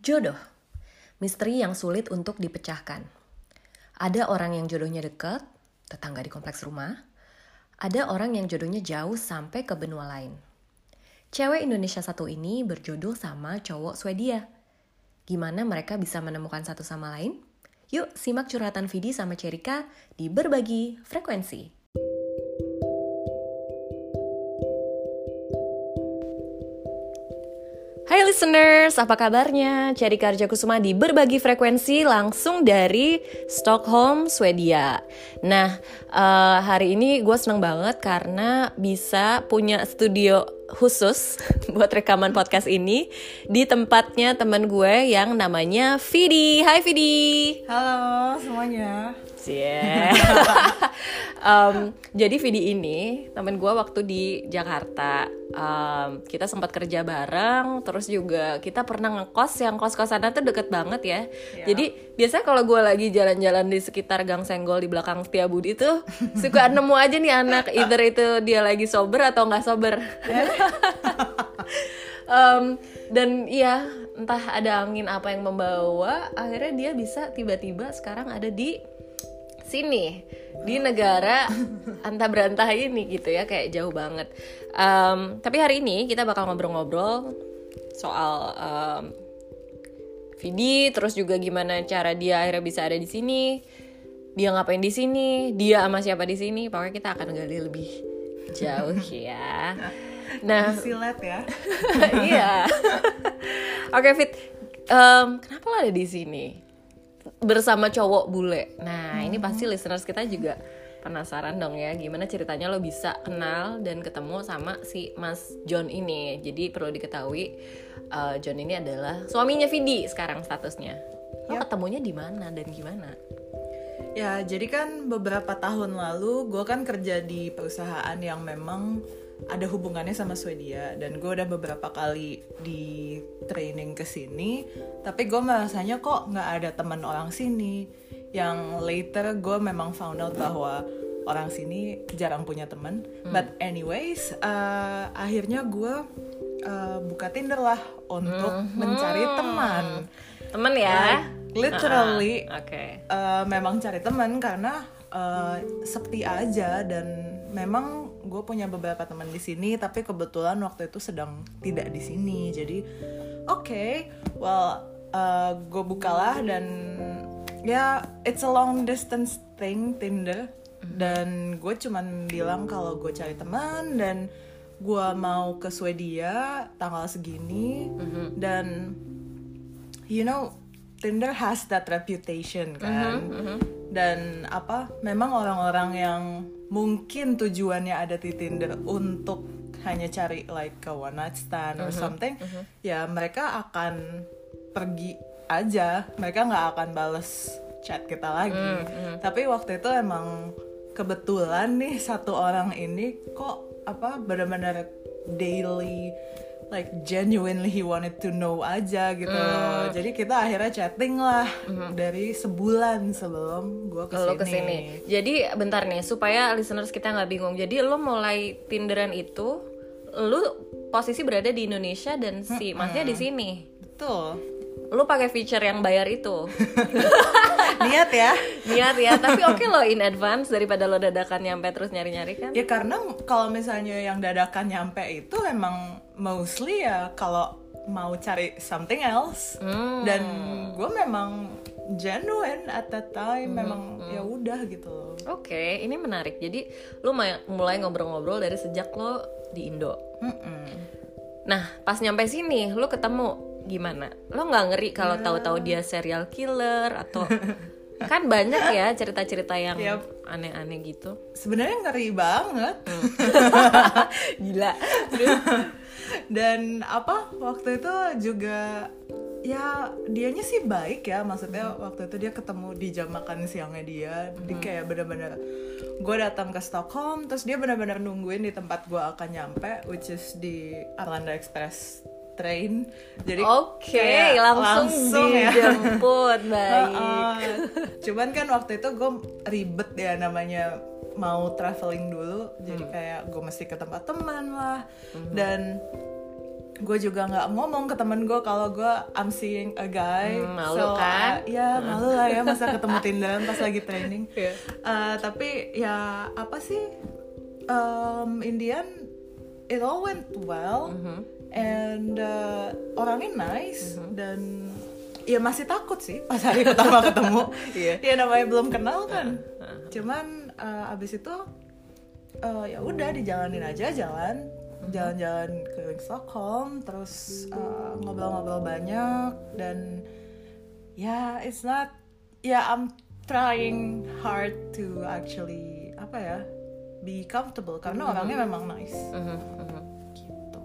Jodoh, misteri yang sulit untuk dipecahkan. Ada orang yang jodohnya dekat, tetangga di kompleks rumah. Ada orang yang jodohnya jauh sampai ke benua lain. Cewek Indonesia satu ini berjodoh sama cowok Swedia. Gimana mereka bisa menemukan satu sama lain? Yuk simak curhatan Vidi sama Cherika di Berbagi Frekuensi. Hai listeners, apa kabarnya? Cherika Arjakusuma di Berbagi Frekuensi langsung dari Stockholm, Swedia. Nah, hari ini gue seneng banget karena bisa punya studio khusus buat rekaman podcast ini di tempatnya teman gue yang namanya Vidi. Hai Vidi. Halo semuanya. Yeah. Jadi Vidi ini temen gue waktu di Jakarta. Kita sempat kerja bareng, terus juga kita pernah ngekos yang kos-kosannya tuh deket banget ya. Jadi biasanya kalau gue lagi jalan-jalan di sekitar Gang Senggol di belakang Setiabudi tuh suka nemu aja nih anak, either itu dia lagi sober atau nggak sober. Dan iya, entah ada angin apa yang membawa, akhirnya dia bisa tiba-tiba sekarang ada di sini, di negara antah berantah ini gitu ya, kayak jauh banget. Tapi hari ini kita bakal ngobrol-ngobrol soal Vidi, terus juga gimana cara dia akhirnya bisa ada di sini, dia ngapain di sini, dia sama siapa di sini. Pokoknya kita akan gali lebih jauh ya. Nah, silet ya. Iya. Oke, Fit, kenapa lo ada di sini bersama cowok bule? Nah, ini pasti listeners kita juga penasaran dong ya, gimana ceritanya lo bisa kenal dan ketemu sama si Mas John ini. Jadi perlu diketahui, John ini adalah suaminya Vidi sekarang statusnya. Lo ketemunya di mana dan gimana? Ya, jadi kan beberapa tahun lalu gue kan kerja di perusahaan yang memang ada hubungannya sama Swedia, dan gue udah beberapa kali di training ke sini, tapi gue merasanya kok nggak ada teman orang sini. Yang later gue memang found out bahwa orang sini jarang punya teman. But anyways, akhirnya gue buka Tinder lah untuk mencari teman. Temen ya? Literally, Okay. Memang cari teman karena sepi aja, dan memang gue punya beberapa teman di sini, tapi kebetulan waktu itu sedang tidak di sini. Jadi gue bukalah, dan ya it's a long distance thing, Tinder. Dan gue cuman bilang kalau gue cari teman dan gue mau ke Swedia tanggal segini. Dan you know, Tinder has that reputation kan. Dan memang orang-orang yang mungkin tujuannya ada di Tinder untuk hanya cari like a one night stand or something, ya mereka akan pergi aja, mereka nggak akan bales chat kita lagi. Tapi waktu itu emang kebetulan nih satu orang ini kok benar-benar daily, like genuinely he wanted to know aja gitu. Jadi kita akhirnya chatting lah dari sebulan sebelum gue kesini. Jadi bentar nih, supaya listeners kita nggak bingung. Jadi lo mulai Tinderan itu, lo posisi berada di Indonesia dan si masnya di sini. Betul. Lo pakai feature yang bayar itu. Niat ya. Tapi oke lo in advance daripada lo dadakan nyampe terus nyari-nyari kan. Ya karena kalau misalnya yang dadakan nyampe itu emang mostly ya kalau mau cari something else. Dan gue memang genuine at that time, memang ya udah gitu. Oke, ini menarik. Jadi lo mulai ngobrol-ngobrol dari sejak lo di Indo. Nah, pas nyampe sini lo ketemu gimana? Lo nggak ngeri kalau tahu-tahu dia serial killer atau kan banyak ya cerita-cerita yang aneh-aneh gitu. Sebenarnya ngeri banget. Gila. Dan waktu itu juga ya dianya sih baik ya, maksudnya waktu itu dia ketemu di jam makan siangnya dia. Dia kayak benar-benar, gue datang ke Stockholm, terus dia benar-benar nungguin di tempat gue akan nyampe, which is di Arlanda Express train. Jadi langsung dijemput. Baik. Cuman kan waktu itu gue ribet ya, namanya mau traveling dulu. Jadi kayak gue mesti ke tempat teman lah. Dan gue juga nggak ngomong ke temen gue kalau gue I'm seeing a guy. Malu kan? Ya malu lah ya masa ketemu Tinderan pas lagi training. Yeah. Tapi ya apa sih? In the end it all went well. And orangnya nice. Dan ya masih takut sih pas hari pertama ketemu. Ya namanya belum kenal kan. Cuman abis itu ya udah dijalanin aja jalan-jalan keliling Stockholm, terus ngobrol-ngobrol banyak, dan ya it's not, I'm trying hard to actually be comfortable karena orangnya memang nice. Gitu.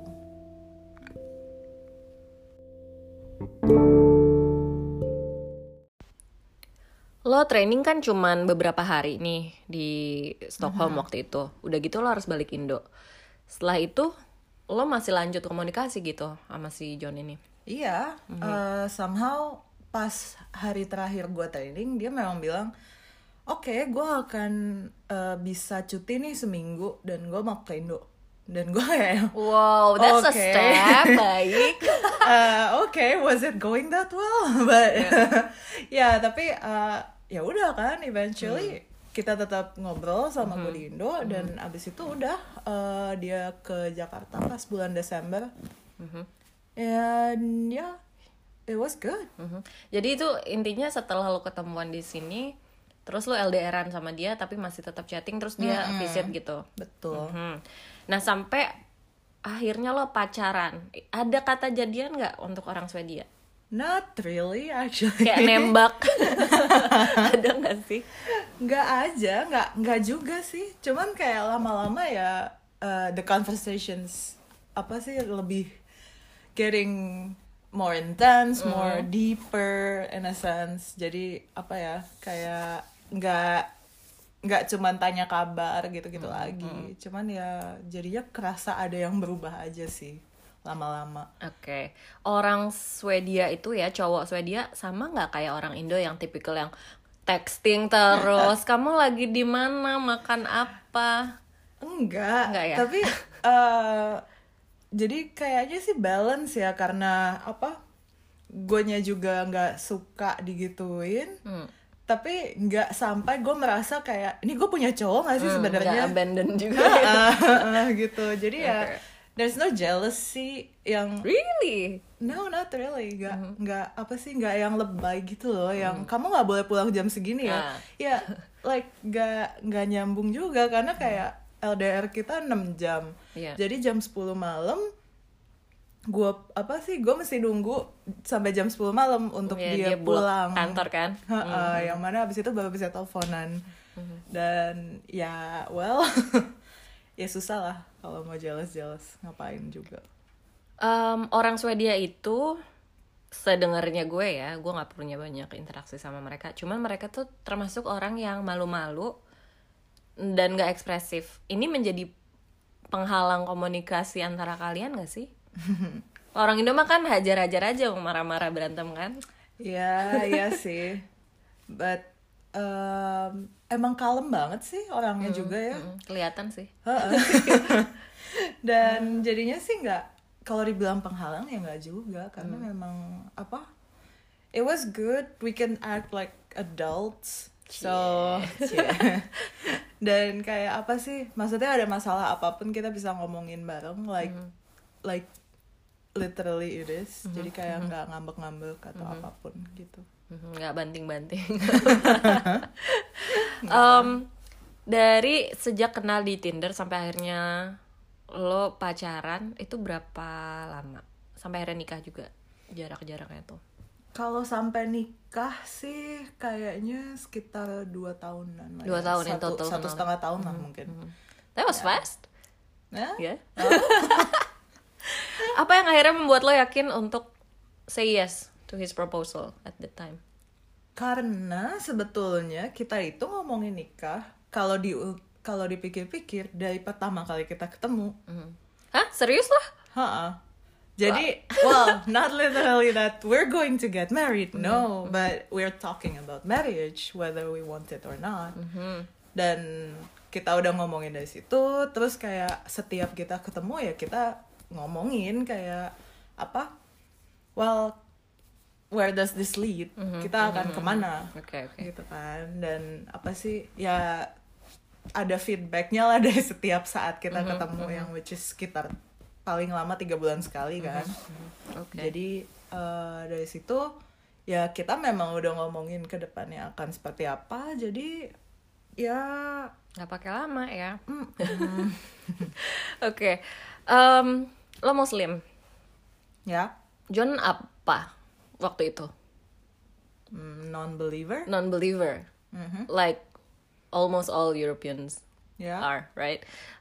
Lo training kan cuman beberapa hari nih di Stockholm waktu itu. Udah gitu lo harus balik Indo. Setelah itu lo masih lanjut komunikasi gitu sama si John ini? Iya, somehow pas hari terakhir gue training dia memang bilang, oke, gue akan bisa cuti nih seminggu dan gue mau ke Indo. Dan gue kayak, wow, that's a step, baik. Okay, was it going that well? But ya tapi ya udah kan, eventually kita tetap ngobrol sama gue di Indo, dan abis itu udah dia ke Jakarta pas bulan Desember. And yeah, it was good. Jadi itu intinya setelah lo ketemuan di sini, terus lo LDRan sama dia tapi masih tetap chatting, terus dia visit gitu. Betul. Nah sampai akhirnya lo pacaran, ada kata jadian nggak untuk orang Swedia? Not really actually. Kayak nembak. Ada nggak sih? Nggak juga sih. Cuman kayak lama-lama ya the conversations lebih getting more intense, more deeper in a sense. Jadi kayak nggak cuman tanya kabar gitu-gitu lagi. Cuman ya jadinya kerasa ada yang berubah aja sih lama-lama. Oke. Orang Swedia itu ya, cowok Swedia sama nggak kayak orang Indo yang tipikal yang texting terus, kamu lagi di mana, makan apa? Enggak ya? Tapi jadi kayaknya sih balance ya, karena guanya juga nggak suka digituin, tapi nggak sampai gue merasa kayak ini gue punya cowok nggak sih sebenarnya, nggak abandon juga gitu. Jadi ya there's no jealousy yang really. No, not really. Nggak yang lebay gitu loh, yang kamu nggak boleh pulang jam segini ya. Ya, like nggak nyambung juga, karena kayak LDR kita 6 jam. Jadi jam 10 malam gue mesti nunggu sampai jam 10 malam untuk dia pulang kantor kan. Yang mana abis itu baru bisa teleponan. Dan ya ya susah lah kalau mau jealous ngapain juga. Orang Swedia itu sedengarnya gue nggak punya banyak interaksi sama mereka, cuman mereka tuh termasuk orang yang malu-malu dan nggak ekspresif. Ini menjadi penghalang komunikasi antara kalian nggak sih? Orang Indo mah kan hajar-hajar aja, marah-marah, berantem kan? Iya sih, but emang kalem banget sih orangnya juga ya. Kelihatan sih. Dan jadinya sih nggak, kalau dibilang penghalang ya nggak juga, karena memang it was good, we can act like adults, so dan kayak maksudnya ada masalah apapun kita bisa ngomongin bareng, like literally it is. Jadi kayak nggak ngambek-ngambek atau apapun gitu. Nggak banting-banting. Dari sejak kenal di Tinder sampai akhirnya lo pacaran itu berapa lama? Sampai akhirnya nikah juga, jarak-jaraknya tuh? Kalau sampai nikah sih kayaknya sekitar 2 tahunan lah. 2 tahun in total. 1,5 tahun lah mungkin. That was fast. Yeah. Apa yang akhirnya membuat lo yakin untuk say yes to his proposal at the time? Karena sebetulnya kita itu ngomongin nikah, kalau dipikir-pikir dari pertama kali kita ketemu. Hah? Serius lah? Jadi, not literally that we're going to get married, no, but we're talking about marriage, whether we want it or not. Dan kita udah ngomongin dari situ, terus kayak setiap kita ketemu ya kita ngomongin kayak well, where does this lead? Kita akan kemana? Oke. Gitu kan. Dan apa sih, ya ada feedbacknya lah dari setiap saat kita ketemu, yang which is sekitar paling lama 3 bulan sekali kan. Jadi dari situ ya kita memang udah ngomongin ke depannya akan seperti apa. Jadi ya nggak pakai lama ya. Oke. Lo Muslim? Ya. John apa waktu itu? Non-believer. Like almost all Europeans Ya. are, right?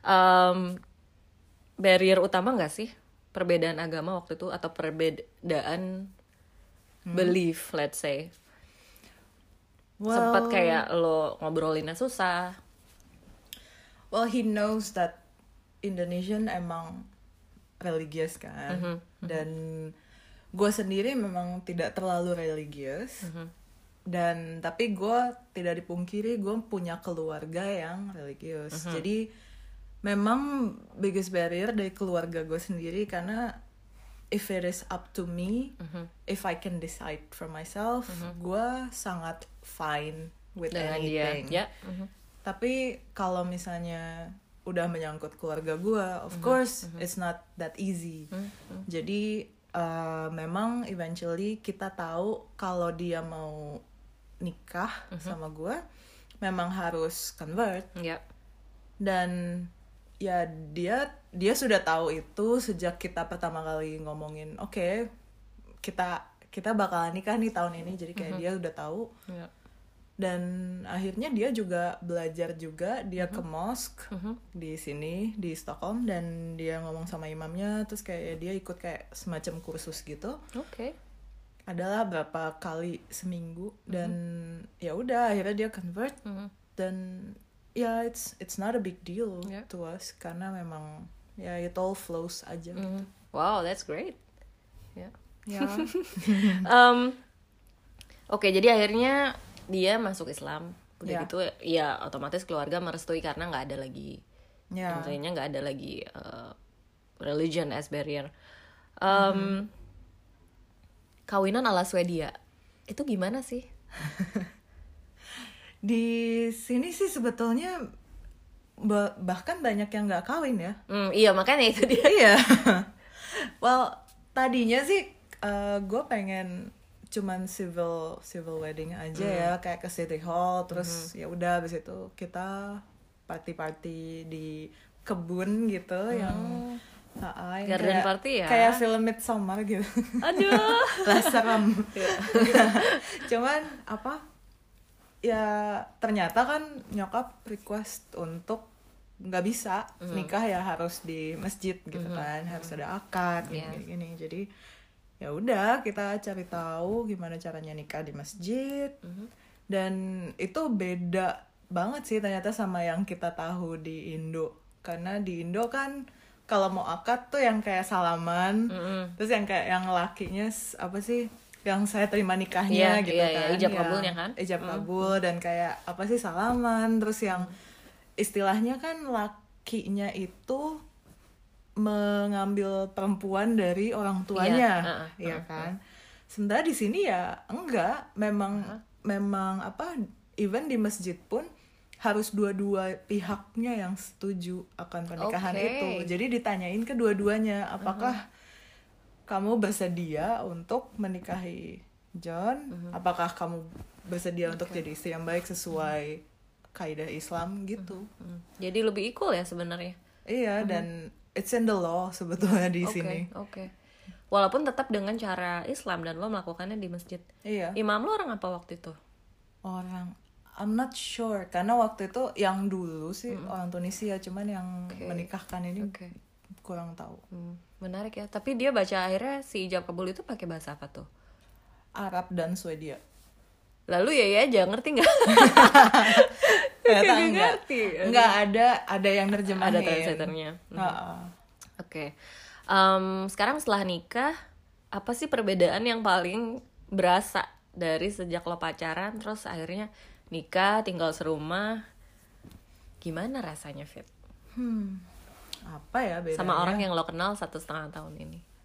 Barrier utama nggak sih perbedaan agama waktu itu, atau perbedaan belief, let's say? Sempat kayak lo ngobrolinnya susah. Well, he knows that Indonesian emang religious kan. Dan gue sendiri memang tidak terlalu religious. Dan tapi gue tidak dipungkiri gue punya keluarga yang religius. Jadi memang biggest barrier dari keluarga gue sendiri, karena if it is up to me, if I can decide for myself, gue sangat fine with Dengan anything. dia. Tapi kalau misalnya udah menyangkut keluarga gue, of course it's not that easy. Jadi memang eventually kita tahu kalau dia mau nikah sama gue, memang harus convert. Dan ya dia sudah tahu itu sejak kita pertama kali ngomongin, oke, kita bakalan nikah nih tahun ini. Jadi kayak dia udah tahu. Dan akhirnya dia juga belajar juga, dia ke mosque di sini di Stockholm, dan dia ngomong sama imamnya, terus kayak dia ikut kayak semacam kursus gitu. Adalah berapa kali seminggu, dan ya udah akhirnya dia convert. Dan ya it's not a big deal to us, karena memang ya it all flows aja gitu. Wow, that's great. Ya. Oke, jadi akhirnya dia masuk Islam. Udah gitu ya otomatis keluarga merestui, karena nggak ada lagi, intinya nggak ada lagi religion as barrier. Kawinan ala Swedia itu gimana sih? Di sini sih sebetulnya bahkan banyak yang nggak kawin ya. Iya, makanya itu dia. Iya. Well, tadinya sih gue pengen cuman civil wedding aja ya, kayak ke City Hall, terus ya udah abis itu kita party di kebun gitu, yang garden kayak, party ya, kayak film Midsommar gitu. Aduh. Lah serem. Cuman apa ya, ternyata kan nyokap request untuk nggak bisa nikah ya harus di masjid gitu kan, harus ada akad gini. Jadi ya udah kita cari tahu gimana caranya nikah di masjid. Dan itu beda banget sih ternyata sama yang kita tahu di Indo, karena di Indo kan kalau mau akad tuh yang kayak salaman, terus yang kayak yang lakinya apa sih, yang saya terima nikahnya gitu kan, ijab kabulnya kan, ijab kabul, dan kayak apa sih salaman, terus yang istilahnya kan lakinya itu mengambil perempuan dari orang tuanya, ya kan. Sementara di sini ya enggak, memang apa, even di masjid pun harus dua-dua pihaknya yang setuju akan pernikahan itu. Jadi ditanyain kedua-duanya, apakah kamu bersedia untuk menikahi John? Apakah kamu bersedia untuk jadi istri yang baik sesuai kaidah Islam gitu? Jadi lebih equal ya sebenarnya. Iya, dan it's in the law sebetulnya di sini. Walaupun tetap dengan cara Islam dan lo melakukannya di masjid. Iya. Imam lo orang apa waktu itu? I'm not sure, karena waktu itu yang dulu sih orang Tunisia, cuman yang menikahkan ini kurang tahu. Menarik ya. Tapi dia baca akhirnya si ijab kabul itu pakai bahasa apa tuh? Arab dan Swedia. Lalu ya aja, ngerti nggak? Ternyata enggak ada yang nerjemahin. Ada translatornya. Oke. Sekarang setelah nikah, apa sih perbedaan yang paling berasa dari sejak lo pacaran terus akhirnya nikah, tinggal serumah? Gimana rasanya, Fit? Apa ya bedanya? Sama orang yang lo kenal 1,5 tahun ini.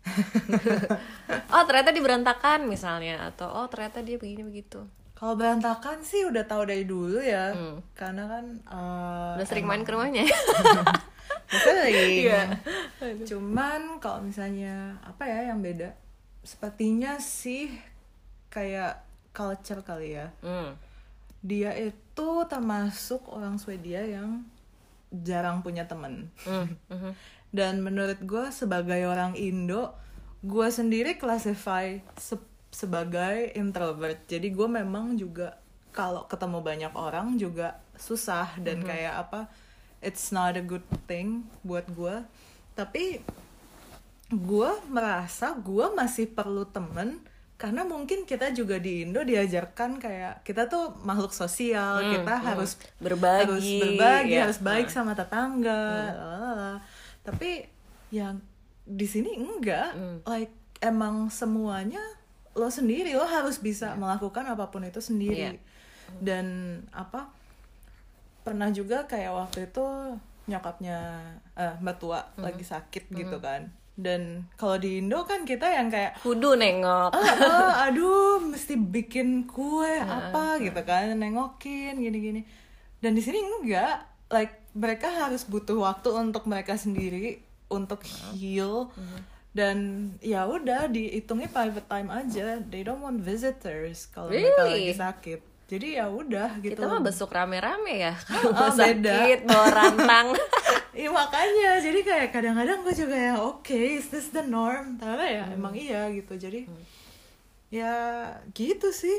Oh ternyata dia berantakan misalnya, atau oh ternyata dia begini begitu. Kalau berantakan sih udah tahu dari dulu ya, karena kan Udah sering main ke rumahnya. sering. Iya. Cuman kalau misalnya apa ya yang beda, sepertinya sih kayak culture kali ya. Dia itu termasuk orang Swedia yang jarang punya teman. Dan menurut gue sebagai orang Indo, gue sendiri classify sebagai introvert. Jadi gue memang juga kalau ketemu banyak orang juga susah dan kayak apa, it's not a good thing buat gue. Tapi gue merasa gue masih perlu temen, karena mungkin kita juga di Indo diajarkan kayak kita tuh makhluk sosial, kita harus berbagi, harus baik sama tetangga, lalala. Tapi yang di sini enggak, like emang semuanya lo sendiri, lo harus bisa melakukan apapun itu sendiri. Dan apa, pernah juga kayak waktu itu nyokapnya mertua lagi sakit gitu kan. Dan kalau di Indo kan kita yang kayak kudu nengok, aduh mesti bikin kue apa gitu kan, nengokin gini-gini. Dan di sini enggak, like mereka harus butuh waktu untuk mereka sendiri untuk heal. Dan ya udah dihitungnya private time aja, they don't want visitors kalau mereka lagi sakit. Jadi ya udah gitu. Kita mah besuk rame-rame ya beda. sakit bawa rantang. Iya makanya, jadi kayak kadang-kadang gue juga ya okay, is this the norm? Tapi ya emang iya gitu. Jadi ya gitu sih.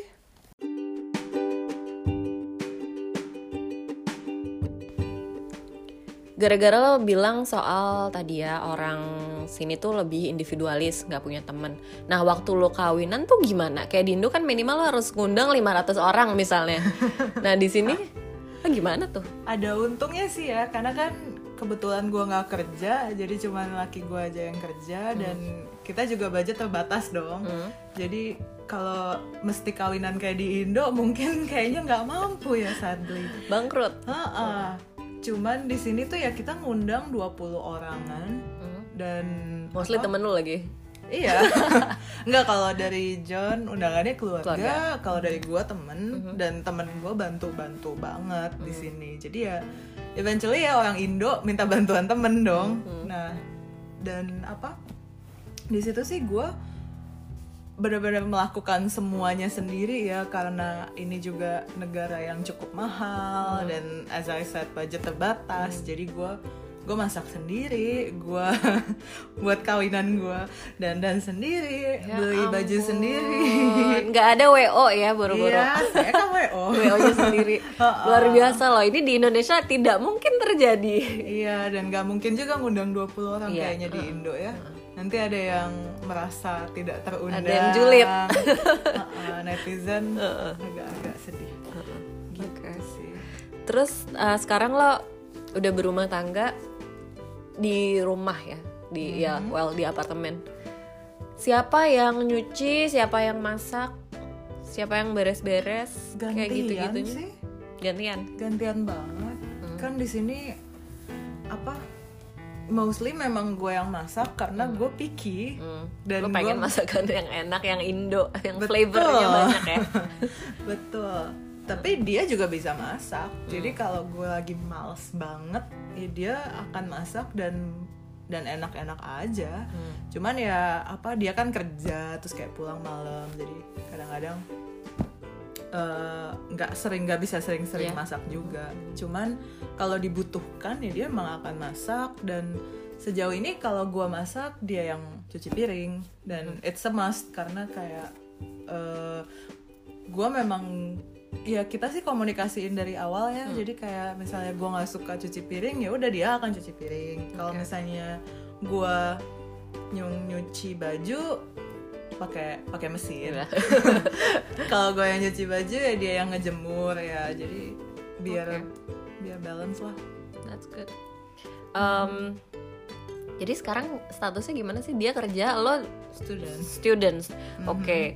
Gara-gara lo bilang soal tadi ya orang sini tuh lebih individualis, nggak punya temen. Nah waktu lo kawinan tuh gimana? Kayak di Indo kan minimal lo harus ngundang 500 orang misalnya. Nah di sini gimana tuh? Ada untungnya sih ya, karena kan kebetulan gue nggak kerja, jadi cuma laki gue aja yang kerja. Dan kita juga budget terbatas dong. Jadi kalau mesti kawinan kayak di Indo mungkin kayaknya nggak mampu ya, sadly. Bangkrut. Cuman di sini tuh ya kita ngundang 20 orangan. Dan mostly temen lu lagi. Iya. Enggak, kalau dari John undangannya keluarga. Kalau dari gue temen. Dan temen gue bantu-bantu banget di sini. Jadi ya eventually ya orang Indo minta bantuan temen dong. Nah, dan apa, di situ sih gue benar-benar melakukan semuanya sendiri ya, karena ini juga negara yang cukup mahal. Dan as I said budget terbatas. Jadi gue masak sendiri, gue buat kawinan gue dandan sendiri, ya beli ampun, baju sendiri. Nggak ada WO ya boro-boro. Iya, saya kan WO. WO-nya sendiri. Luar biasa loh, ini di Indonesia tidak mungkin terjadi. Iya, dan nggak mungkin juga ngundang 20 orang kayaknya di Indo ya. Nanti ada yang merasa tidak terundang. Ada yang julid. Netizen agak-agak sedih. Gitu sih. Terus sekarang lo udah berumah tangga di rumah ya, di di apartemen. Siapa yang nyuci, siapa yang masak, siapa yang beres-beres, kayak gitu-gitunya sih. Gantian banget. Kan di sini apa, mostly memang gue yang masak karena gue picky. Dan lo pengen masakan yang enak, yang Indo, yang flavornya banyak ya. Betul. Tapi dia juga bisa masak. Jadi kalau gue lagi males banget, ya dia akan masak dan enak-enak aja. Cuman ya apa, dia kan kerja terus kayak pulang malam, jadi kadang-kadang nggak bisa sering-sering masak juga. Cuman kalau dibutuhkan ya dia emang akan masak. Dan sejauh ini kalau gue masak, dia yang cuci piring. Dan it's a must, karena kayak gue memang ya kita sih komunikasiin dari awal ya. Jadi kayak misalnya gue nggak suka cuci piring, ya udah dia akan cuci piring. Kalau misalnya gue nyuci baju pakai mesin. Kalau gue yang nyuci baju ya dia yang ngejemur ya. Jadi biar balance lah. That's good. Jadi sekarang statusnya gimana sih? Dia kerja, lo students. Oke.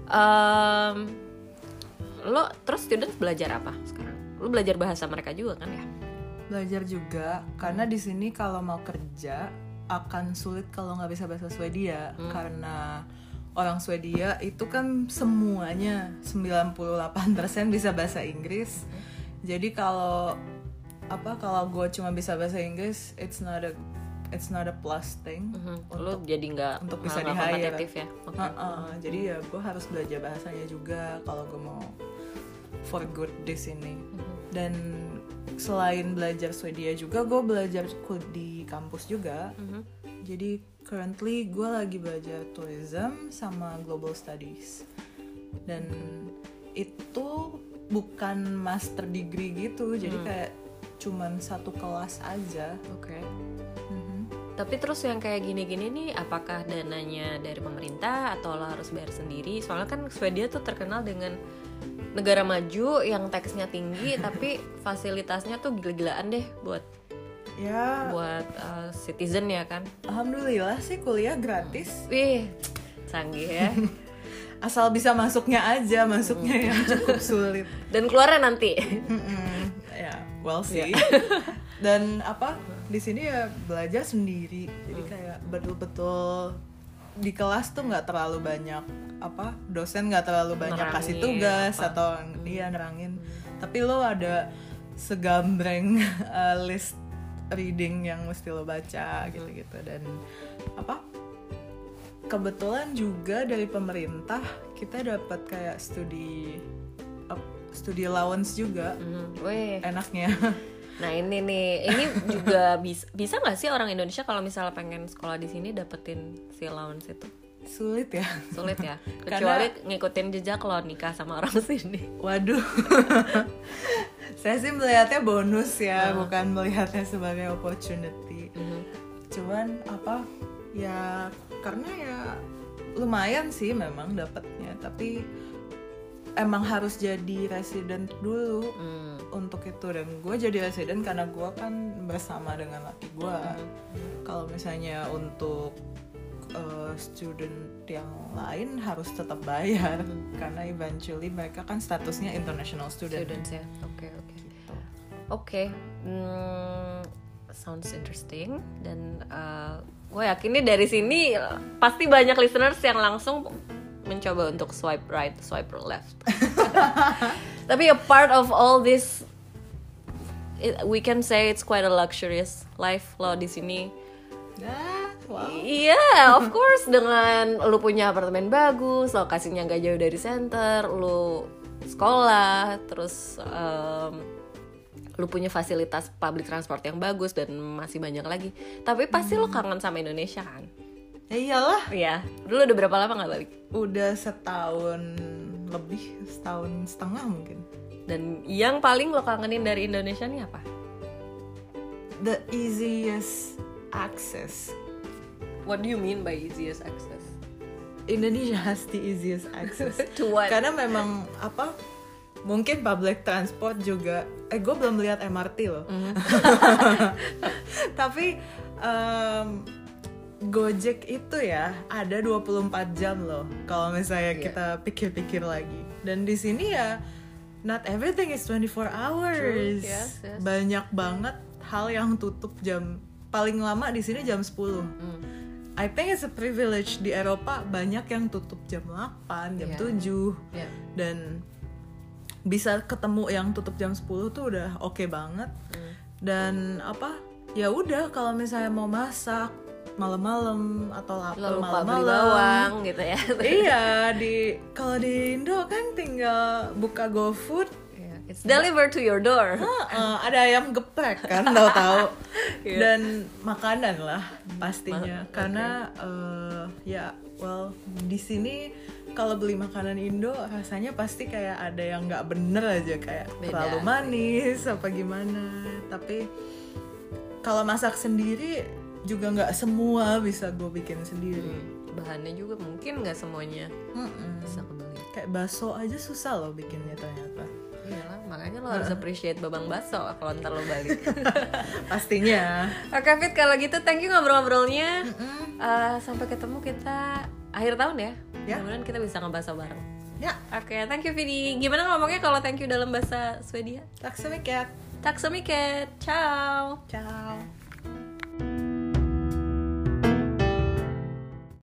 Lo terus students belajar apa sekarang? Lo belajar bahasa mereka juga kan ya? Belajar juga, karena di sini kalau mau kerja akan sulit kalau nggak bisa bahasa Swedia karena orang Swedia itu kan semuanya 98% bisa bahasa Inggris. Jadi kalau gue cuma bisa bahasa Inggris, it's not a plus thing Lo jadi nggak untuk bisa nggak di-hire. kompetitif ya. Jadi ya gue harus belajar bahasanya juga kalau gue mau for good di sini. Dan selain belajar Swedia juga gue belajar di kampus juga. Jadi currently gue lagi belajar tourism sama global studies. Dan itu bukan master degree gitu, jadi kayak cuman satu kelas aja. Oke. Tapi terus yang kayak gini-gini nih, apakah dananya dari pemerintah atau lo harus bayar sendiri? Soalnya kan Swedia tuh terkenal dengan negara maju yang taxnya tinggi, tapi fasilitasnya tuh gila-gilaan deh buat citizen ya kan. Alhamdulillah sih kuliah gratis. Wih, canggih ya. Asal bisa masuknya aja, masuknya yang cukup sulit. Dan keluarnya nanti. Ya, well sih. Dan di sini ya belajar sendiri. Jadi kayak betul-betul di kelas tuh nggak terlalu banyak dosen nggak terlalu banyak Nerangin kasih tugas atau dia nerangin. Tapi lo ada segambreng list reading yang mesti lo baca gitu-gitu. Dan kebetulan juga dari pemerintah kita dapat kayak studi allowance juga. Enaknya. Nah ini juga bisa nggak sih orang Indonesia kalau misalnya pengen sekolah di sini dapetin si allowance itu? Sulit ya. Kecuali ngikutin jejak lo nikah sama orang sini. Waduh. Saya sih melihatnya bonus ya, bukan melihatnya sebagai opportunity. Cuman ya karena ya lumayan sih memang dapatnya, tapi emang harus jadi resident dulu untuk itu. Dan gue jadi resident karena gue kan bersama dengan laki gue. Kalau misalnya untuk student yang lain harus tetap bayar karena eventually mereka kan statusnya international students ya. Oke. Sounds interesting. Dan gue yakin nih dari sini pasti banyak listeners yang langsung mencoba untuk swipe right, swipe left. Tapi a part of all this, we can say it's quite a luxurious life lo di sini. Wow. Iya, of course, dengan lu punya apartemen bagus, lokasinya nggak jauh dari center, lu sekolah, terus lu punya fasilitas public transport yang bagus dan masih banyak lagi. Tapi pasti lu kangen sama Indonesia kan? Ya iyalah. Iya. Dulu udah berapa lama nggak balik? Udah setahun lebih, setahun setengah mungkin. Dan yang paling lo kangenin dari Indonesia nih apa? The easiest access. What do you mean by easiest access? Indonesia has the easiest access. To what? Karena memang mungkin public transport juga. Gue belum lihat MRT loh. Tapi Gojek itu ya ada 24 jam loh. Kalau misalnya kita pikir-pikir lagi. Dan di sini ya not everything is 24 hours. Yes. Banyak banget hal yang tutup jam paling lama di sini jam 10. I think it's a privilege. Di Eropa banyak yang tutup jam 8, jam 7. Dan bisa ketemu yang tutup jam 10 tuh udah oke banget. Dan ya udah kalau misalnya mau masak malam-malam atau lapar malam-malam beli bawang gitu ya. Iya, kalau di Indo kan tinggal buka GoFood. It's delivered to your door. Ada ayam geprek kan, tahu-tahu. Dan makanan lah pastinya. Karena di sini kalau beli makanan Indo rasanya pasti kayak ada yang nggak bener aja, kayak terlalu manis apa gimana. Tapi kalau masak sendiri juga nggak semua bisa gue bikin sendiri. Bahannya juga mungkin nggak semuanya bisa kebeli. Kayak bakso aja susah loh bikinnya ternyata. Iyalah, makanya lo harus appreciate babang bakso kalau ntar lo balik. Pastinya. Oke Fit, kalau gitu thank you ngobrol-ngobrolnya. Sampai ketemu kita akhir tahun ya. Kemudian kita bisa ngebahas bareng. Ya. Oke, thank you Vidi. Gimana ngomongnya kalau thank you dalam bahasa Swedia? Tack så mycket. Tack så mycket. Ciao. Ciao.